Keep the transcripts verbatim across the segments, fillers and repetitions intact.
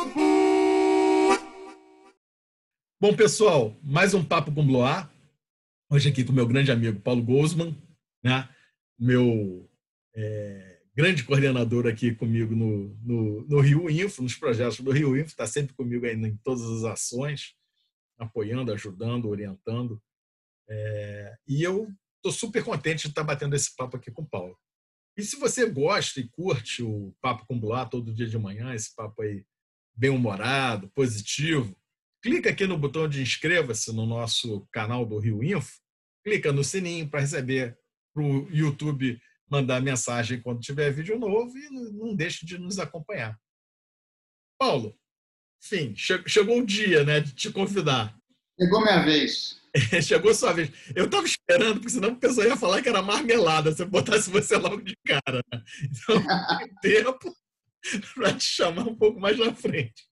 Bom, pessoal, mais um Papo com Blois. Hoje aqui com o meu grande amigo Paulo Gozman, né? Meu é, grande coordenador aqui comigo no, no, no Rio Info, nos projetos do Rio Info, está sempre comigo aí em todas as ações, apoiando, ajudando, orientando. É, e eu estou super contente de estar batendo esse papo aqui com o Paulo. E se você gosta e curte o Papo com Blois todo dia de manhã, esse papo aí bem-humorado, positivo, clica aqui no botão de inscreva-se no nosso canal do Rio Info, clica no sininho para receber para o YouTube mandar mensagem quando tiver vídeo novo e não deixe de nos acompanhar. Paulo, enfim, chegou o dia, né, de te convidar. Chegou minha vez. Chegou sua vez. Eu estava esperando, porque senão o pessoal ia falar que era marmelada se eu botasse você logo de cara. Né? Então, tem tempo para te chamar um pouco mais na frente.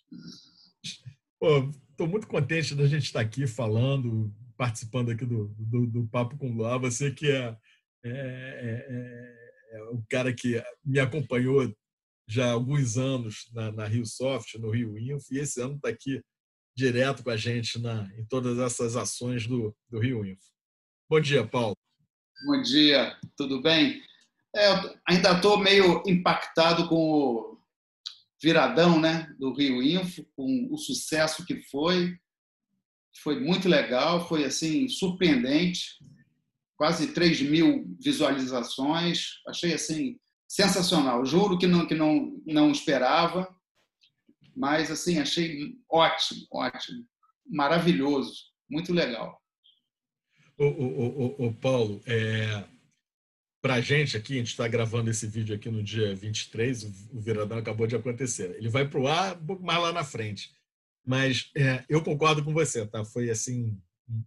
Estou muito contente da gente estar aqui falando, participando aqui do, do, do Papo com Blois. Você que é, é, é, é o cara que me acompanhou já há alguns anos na, na Rio Soft, no Rio Info, e esse ano está aqui direto com a gente na, em todas essas ações do, do Rio Info. Bom dia, Paulo. Bom dia, tudo bem? É, ainda estou meio impactado com o viradão, né, do Rio Info, com o sucesso que foi. Foi muito legal, foi assim surpreendente. Quase três mil visualizações. Achei assim sensacional. Juro que não, que não, não esperava. Mas, assim, achei ótimo, ótimo, maravilhoso, muito legal. Ô, ô, ô, ô Paulo, é, para a gente aqui, a gente está gravando esse vídeo aqui no dia vinte e três, o viradão acabou de acontecer. Ele vai para o ar um pouco mais lá na frente. Mas é, eu concordo com você, tá? Foi, assim,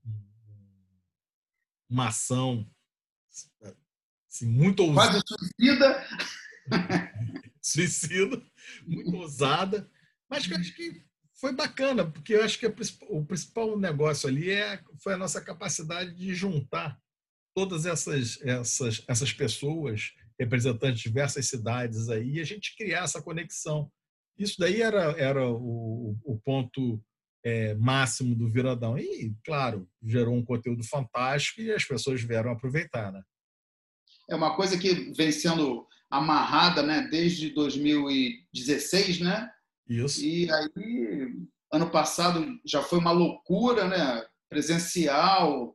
uma ação assim, muito ousada. Quase suicida. Suicida, muito ousada. Mas que eu acho que foi bacana, porque eu acho que o principal negócio ali é, foi a nossa capacidade de juntar todas essas, essas, essas pessoas, representantes de diversas cidades aí, e a gente criar essa conexão. Isso daí era, era o, o ponto é, máximo do Viradão. E, claro, gerou um conteúdo fantástico e as pessoas vieram aproveitar, né? É uma coisa que vem sendo amarrada, né, desde dois mil e dezesseis, né? Isso. E aí, ano passado já foi uma loucura, né? Presencial,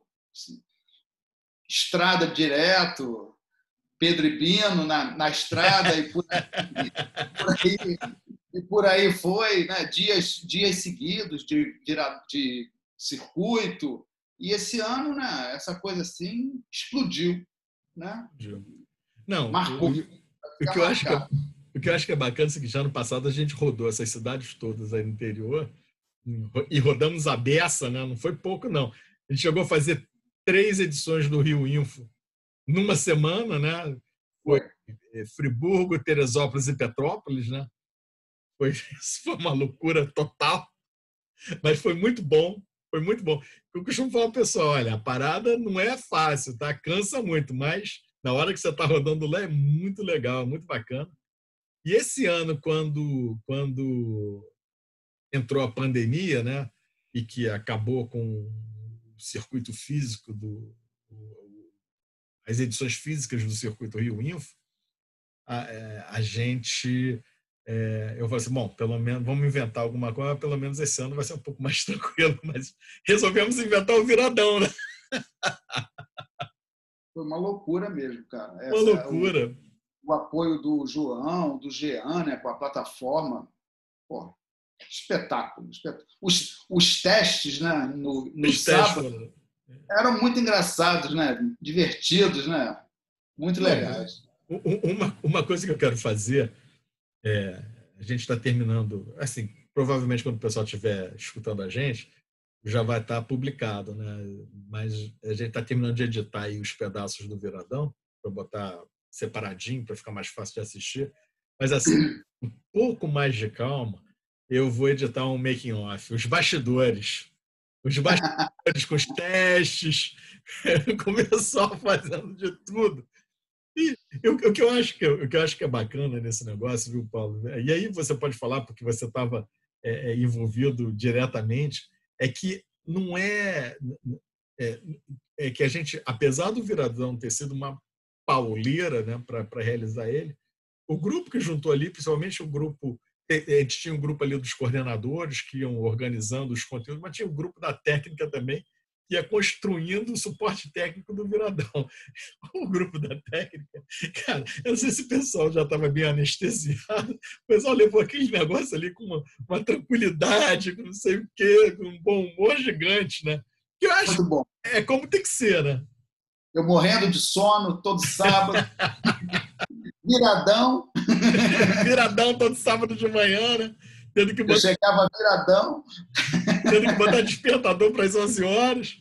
estrada direto, Pedro e Bino na, na estrada e por aí, por aí, e por aí foi, né? Dias, dias seguidos de, de, de circuito. E esse ano, né? Essa coisa assim explodiu, né? Não, Marcou. o, o, que eu acho que é, o que eu acho que é bacana é que já no passado a gente rodou essas cidades todas aí no interior e rodamos a beça, né? Não foi pouco, não. A gente chegou a fazer três edições do Rio Info numa semana, né? Foi Friburgo, Teresópolis e Petrópolis, né? Foi, foi uma loucura total, mas foi muito bom, foi muito bom. Eu costumo falar ao pessoal, olha, a parada não é fácil, tá? Cansa muito, mas na hora que você está rodando lá é muito legal, muito bacana. E esse ano, quando, quando entrou a pandemia, né, e que acabou com o circuito físico, do, as edições físicas do Circuito Rio Info, a, a gente... É, eu falei assim, bom, pelo menos vamos inventar alguma coisa, pelo menos esse ano vai ser um pouco mais tranquilo, mas resolvemos inventar o viradão, né? Foi uma loucura mesmo, cara. Essa, uma loucura. O, o apoio do João, do Jean, né, com a plataforma, pô, espetáculo, espetáculo. Os, os testes, né, no, no sábado, testes, eram muito engraçados, né, divertidos, né, muito Não, legais. Uma, uma coisa que eu quero fazer, é, a gente está terminando, assim, provavelmente quando o pessoal estiver escutando a gente, já vai estar publicado, né? Mas a gente está terminando de editar aí os pedaços do Viradão, para botar separadinho, para ficar mais fácil de assistir. Mas, assim, um pouco mais de calma, eu vou editar um making-off, os bastidores. Os bastidores com os testes, com o pessoal fazendo de tudo. E eu, o, que eu acho que, o que eu acho que é bacana nesse negócio, viu, Paulo? E aí você pode falar, porque você estava é, é, envolvido diretamente, é que não é, é, é que a gente, apesar do Viradão ter sido uma pauleira, né, para realizar ele, o grupo que juntou ali, principalmente o grupo, a gente tinha um grupo ali dos coordenadores que iam organizando os conteúdos, mas tinha o um grupo da técnica também, que ia construindo o suporte técnico do Viradão. O grupo da técnica, cara, eu não sei se o pessoal já estava bem anestesiado, o pessoal levou aquele negócio ali com uma, uma tranquilidade, com não sei o quê, com um bom humor gigante, né? Que eu acho Muito bom. é como tem que ser, né? Eu morrendo de sono todo sábado, viradão. Viradão todo sábado de manhã, né? Tendo que Eu botar, chegava viradão. tendo que botar despertador para as onze horas.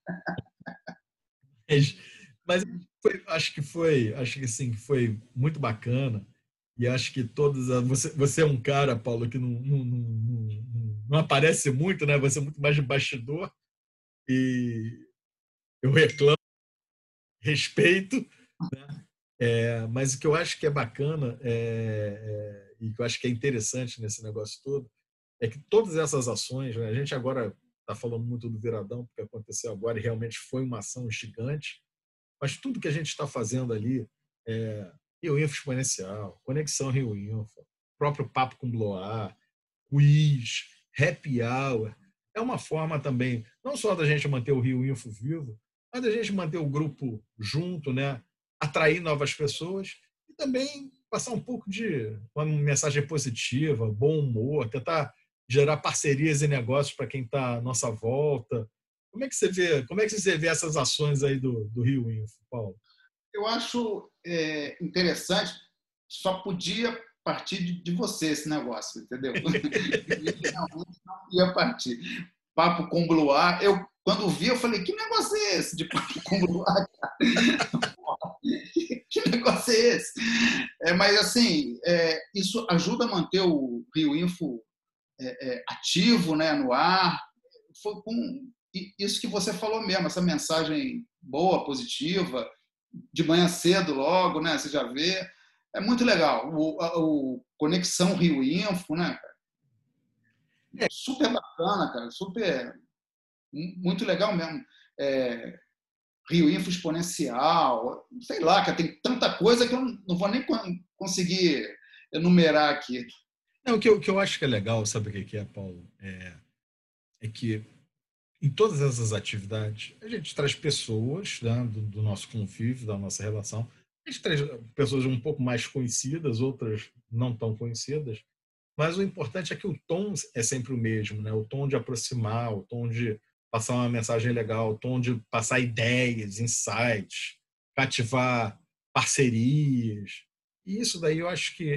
Mas, mas foi, acho que foi, acho que sim, foi muito bacana. E acho que todas as, você, você é um cara, Paulo, que não, não, não, não, não aparece muito, né? Você é muito mais de bastidor. E eu reclamo, respeito, né? É, mas o que eu acho que é bacana é, é, e que eu acho que é interessante nesse negócio todo é que todas essas ações, né, a gente agora está falando muito do Viradão, porque aconteceu agora e realmente foi uma ação gigante, mas tudo que a gente está fazendo ali, é, Rio Info Exponencial, Conexão Rio Info, próprio Papo com Bloar, quiz, happy hour, é uma forma também, não só da gente manter o Rio Info vivo, mas da gente manter o grupo junto, né? Atrair novas pessoas e também passar um pouco de uma mensagem positiva, bom humor, tentar gerar parcerias e negócios para quem está à nossa volta. Como é que você vê, como é que você vê essas ações aí do, do Rio Info, Paulo? Eu acho é, interessante, só podia partir de, de você esse negócio, entendeu? Realmente não ia partir. Papo com Bluar, eu quando vi, eu falei, que negócio é esse de papo com Bluar? Que negócio é esse? É, mas, assim, é, isso ajuda a manter o Rio Info é, é, ativo, né, no ar. Foi com isso que você falou mesmo, essa mensagem boa, positiva, de manhã cedo logo, né? Você já vê. É muito legal. O, a, o Conexão Rio Info, né? Super bacana, cara. Super, muito legal mesmo. É, Rio Info Exponencial, sei lá, cara, tem tanta coisa que eu não vou nem conseguir enumerar aqui. Não, o, que eu, o que eu acho que é legal, sabe o que é, Paulo? É, é que em todas essas atividades, a gente traz pessoas, né, do, do nosso convívio, da nossa relação. A gente traz pessoas um pouco mais conhecidas, outras não tão conhecidas, mas o importante é que o tom é sempre o mesmo, né? O tom de aproximar, o tom de passar uma mensagem legal, o tom de passar ideias, insights, cativar parcerias. E isso daí eu acho que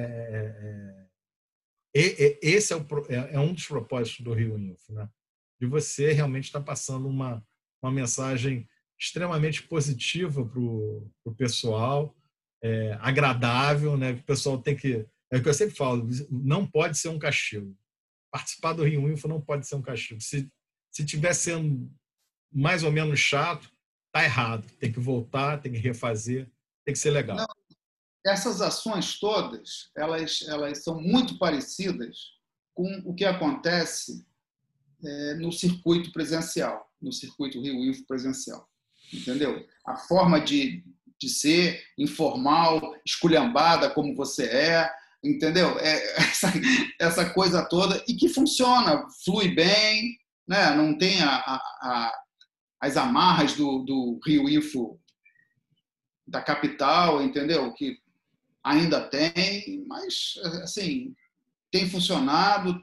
é, é, é, esse é, o, é, um dos propósitos do Rio Info, né? De você realmente estar passando uma, uma mensagem extremamente positiva para o pessoal, é, agradável, né? Que o pessoal tem que. É o que eu sempre falo, não pode ser um castigo. Participar do Rio Info não pode ser um castigo. Se se estiver sendo mais ou menos chato, tá errado. Tem que voltar, tem que refazer, tem que ser legal. Não, essas ações todas, elas, elas são muito parecidas com o que acontece é, no circuito presencial, no circuito Rio Info presencial. Entendeu? A forma de, de ser informal, esculhambada como você é, entendeu? É essa, essa coisa toda e que funciona, flui bem, né? Não tem a, a, a, as amarras do, do Rio Info da capital, entendeu? Que ainda tem, mas assim tem funcionado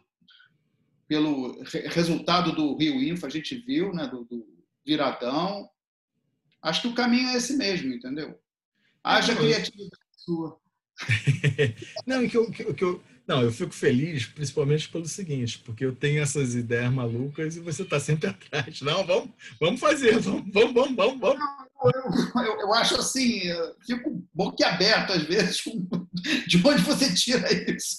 pelo resultado do Rio Info, a gente viu, né? Do, do Viradão. Acho que o caminho é esse mesmo, entendeu? É, Haja não, criatividade sua. não, que eu, que, que eu, não, eu fico feliz principalmente pelo seguinte, porque eu tenho essas ideias malucas e você está sempre atrás. Não, vamos, vamos fazer, vamos, vamos, vamos, vamos. vamos. Eu, eu, eu acho assim, eu fico boquiaberto às vezes de onde você tira isso.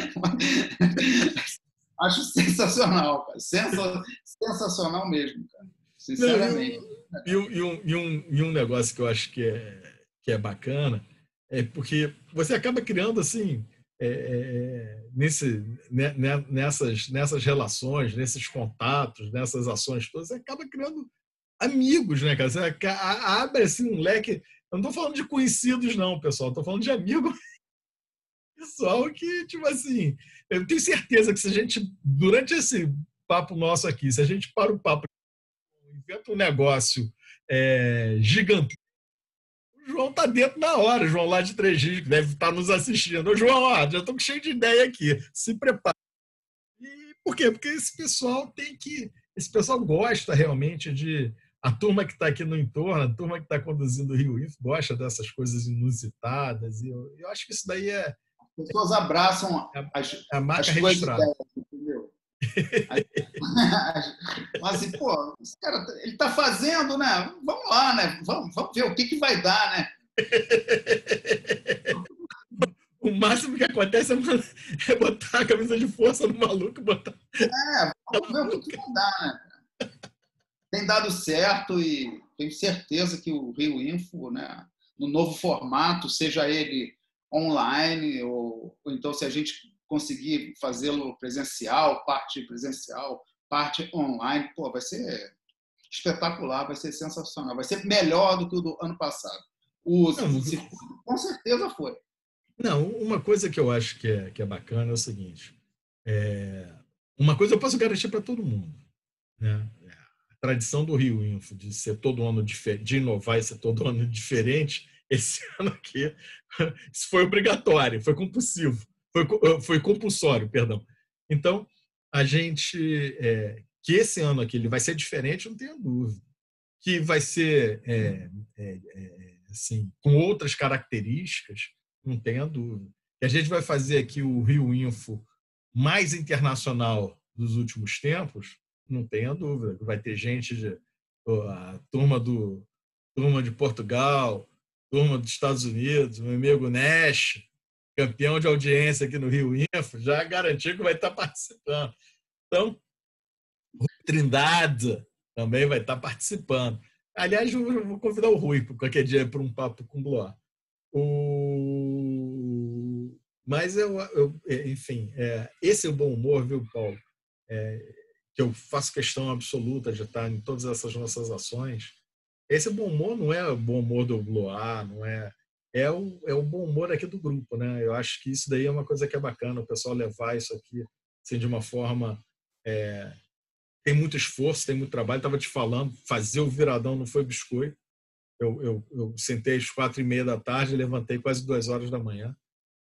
Acho sensacional, cara. Sensa, sensacional mesmo, cara. Não, Sinceramente. e, um, e, um, e, um, e um negócio que eu acho que é, que é bacana, é porque você acaba criando assim, é, é, nesse, né, né, nessas, nessas relações, nesses contatos, nessas ações todas, você acaba criando amigos, né, cara? Você abre assim um leque. Eu não estou falando de conhecidos, não, pessoal. Estou falando de amigos pessoal que, tipo assim, eu tenho certeza que se a gente, durante esse papo nosso aqui, se a gente para o papo e inventa um negócio é, gigante, o João tá dentro na hora, o João lá de Três Rios, que deve estar nos assistindo. Ô, João, ó, já estou cheio de ideia aqui. Se prepara. E por quê? Porque esse pessoal tem que. Esse pessoal gosta realmente de. A turma que está aqui no entorno, a turma que está conduzindo o Rio Info, gosta dessas coisas inusitadas. E eu, eu acho que isso daí é, As pessoas abraçam é a, as, é a marca as coisas registrada. delas, entendeu? Mas assim, pô, esse cara, ele está fazendo, né? Vamos lá, né? Vamos, vamos ver o que, que vai dar, né? O máximo que acontece é botar a camisa de força no maluco, botar. É, vamos ver o que, que vai dar, né? Tem dado certo e tenho certeza que o Rio Info, né, no novo formato, seja ele online ou, ou então se a gente conseguir fazê-lo presencial, parte presencial, parte online, pô, vai ser espetacular, vai ser sensacional, vai ser melhor do que o do ano passado. O Não, circuito com certeza foi. não, uma coisa que eu acho que é, que é bacana é o seguinte: é, uma coisa eu posso garantir para todo mundo, né? A tradição do Rio Info de ser todo ano diferente, de inovar e ser todo ano diferente, esse ano aqui, isso foi obrigatório, foi compulsivo, foi, foi compulsório, perdão. Então, a gente, é, que esse ano aqui ele vai ser diferente, não tenho dúvida. Que vai ser é, é, é, assim, com outras características, não tenha dúvida. Que a gente vai fazer aqui o Rio Info mais internacional dos últimos tempos, não tenha dúvida. Vai ter gente de a turma do turma de Portugal, turma dos Estados Unidos, meu amigo Nash, campeão de audiência aqui no Rio Info, já garantiu que vai estar participando. Então, Trindade também vai estar participando. Aliás, eu vou convidar o Rui qualquer dia para um papo com o Bloar. O... Mas, eu, eu, enfim, é, esse é o bom humor, viu, Paulo? É, que eu faço questão absoluta de estar em todas essas nossas ações. Esse bom humor não é o bom humor do Bloar, não é. É o, é o bom humor aqui do grupo, né? Eu acho que isso daí é uma coisa que é bacana, o pessoal levar isso aqui assim, de uma forma. É, tem muito esforço, tem muito trabalho. Estava te falando, fazer o viradão não foi biscoito. Eu, eu, eu sentei às quatro e meia da tarde, levantei quase duas horas da manhã.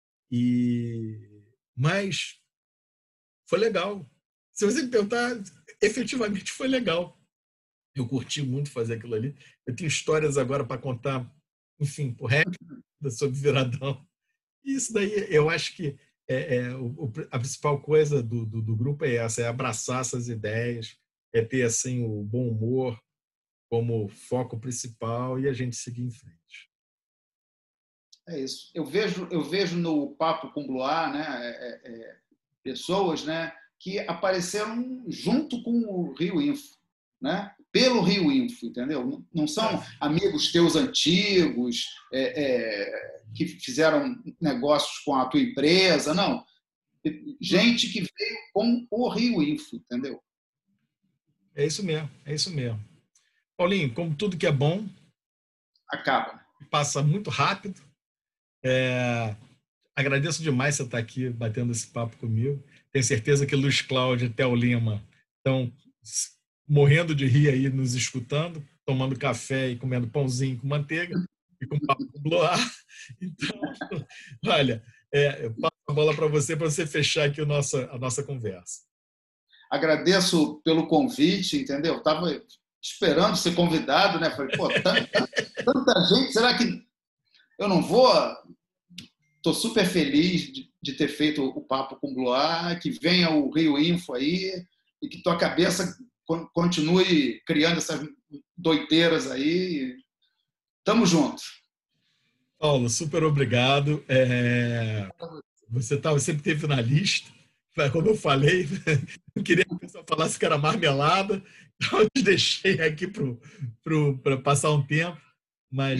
E mas foi legal. Se você me perguntar, efetivamente foi legal. Eu curti muito fazer aquilo ali. Eu tenho histórias agora para contar, enfim, por resto sobre viradão. E isso daí, eu acho que é, é, o, a principal coisa do, do, do grupo é essa, é abraçar essas ideias, é ter assim o bom humor como foco principal e a gente seguir em frente. É isso. Eu vejo, eu vejo no Papo com Bloar, né, é, é, pessoas, né, que apareceram junto com o Rio Info, né, pelo Rio Info, entendeu? Não são amigos teus antigos, é, é, que fizeram negócios com a tua empresa, não. Gente que veio com o Rio Info, entendeu? É isso mesmo, é isso mesmo. Paulinho, como tudo que é bom, acaba. Passa muito rápido. É, agradeço demais você estar aqui batendo esse papo comigo. Tenho certeza que Luiz Cláudio e Theo Lima estão morrendo de rir aí, nos escutando, tomando café e comendo pãozinho com manteiga e com papo com Bloar. Então, olha, é, eu passo a bola para você, para você fechar aqui a nossa, a nossa conversa. Agradeço pelo convite, entendeu? Estava esperando ser convidado, né? Falei, pô, tanta, tanta gente, será que eu não vou? Estou super feliz de, de ter feito o papo com o Bloar, que venha o Rio Info aí e que tua cabeça continue criando essas doideiras aí. Tamo junto. Paulo, super obrigado. É... Você tá, sempre teve na lista, como eu falei, não queria que o pessoal falasse que era marmelada, então eu te deixei aqui para passar um tempo, mas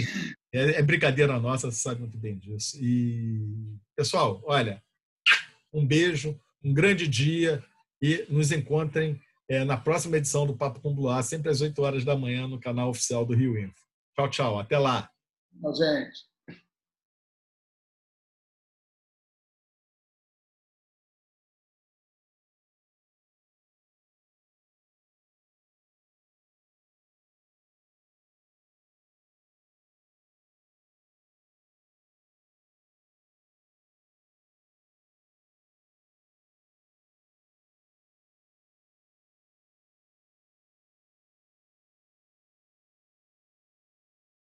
É, é brincadeira nossa, você sabe muito bem disso. E, pessoal, olha, um beijo, um grande dia e nos encontrem é, na próxima edição do Papo com Blois, sempre às oito horas da manhã no canal oficial do Rio Info. Tchau, tchau. Até lá. Tchau, gente.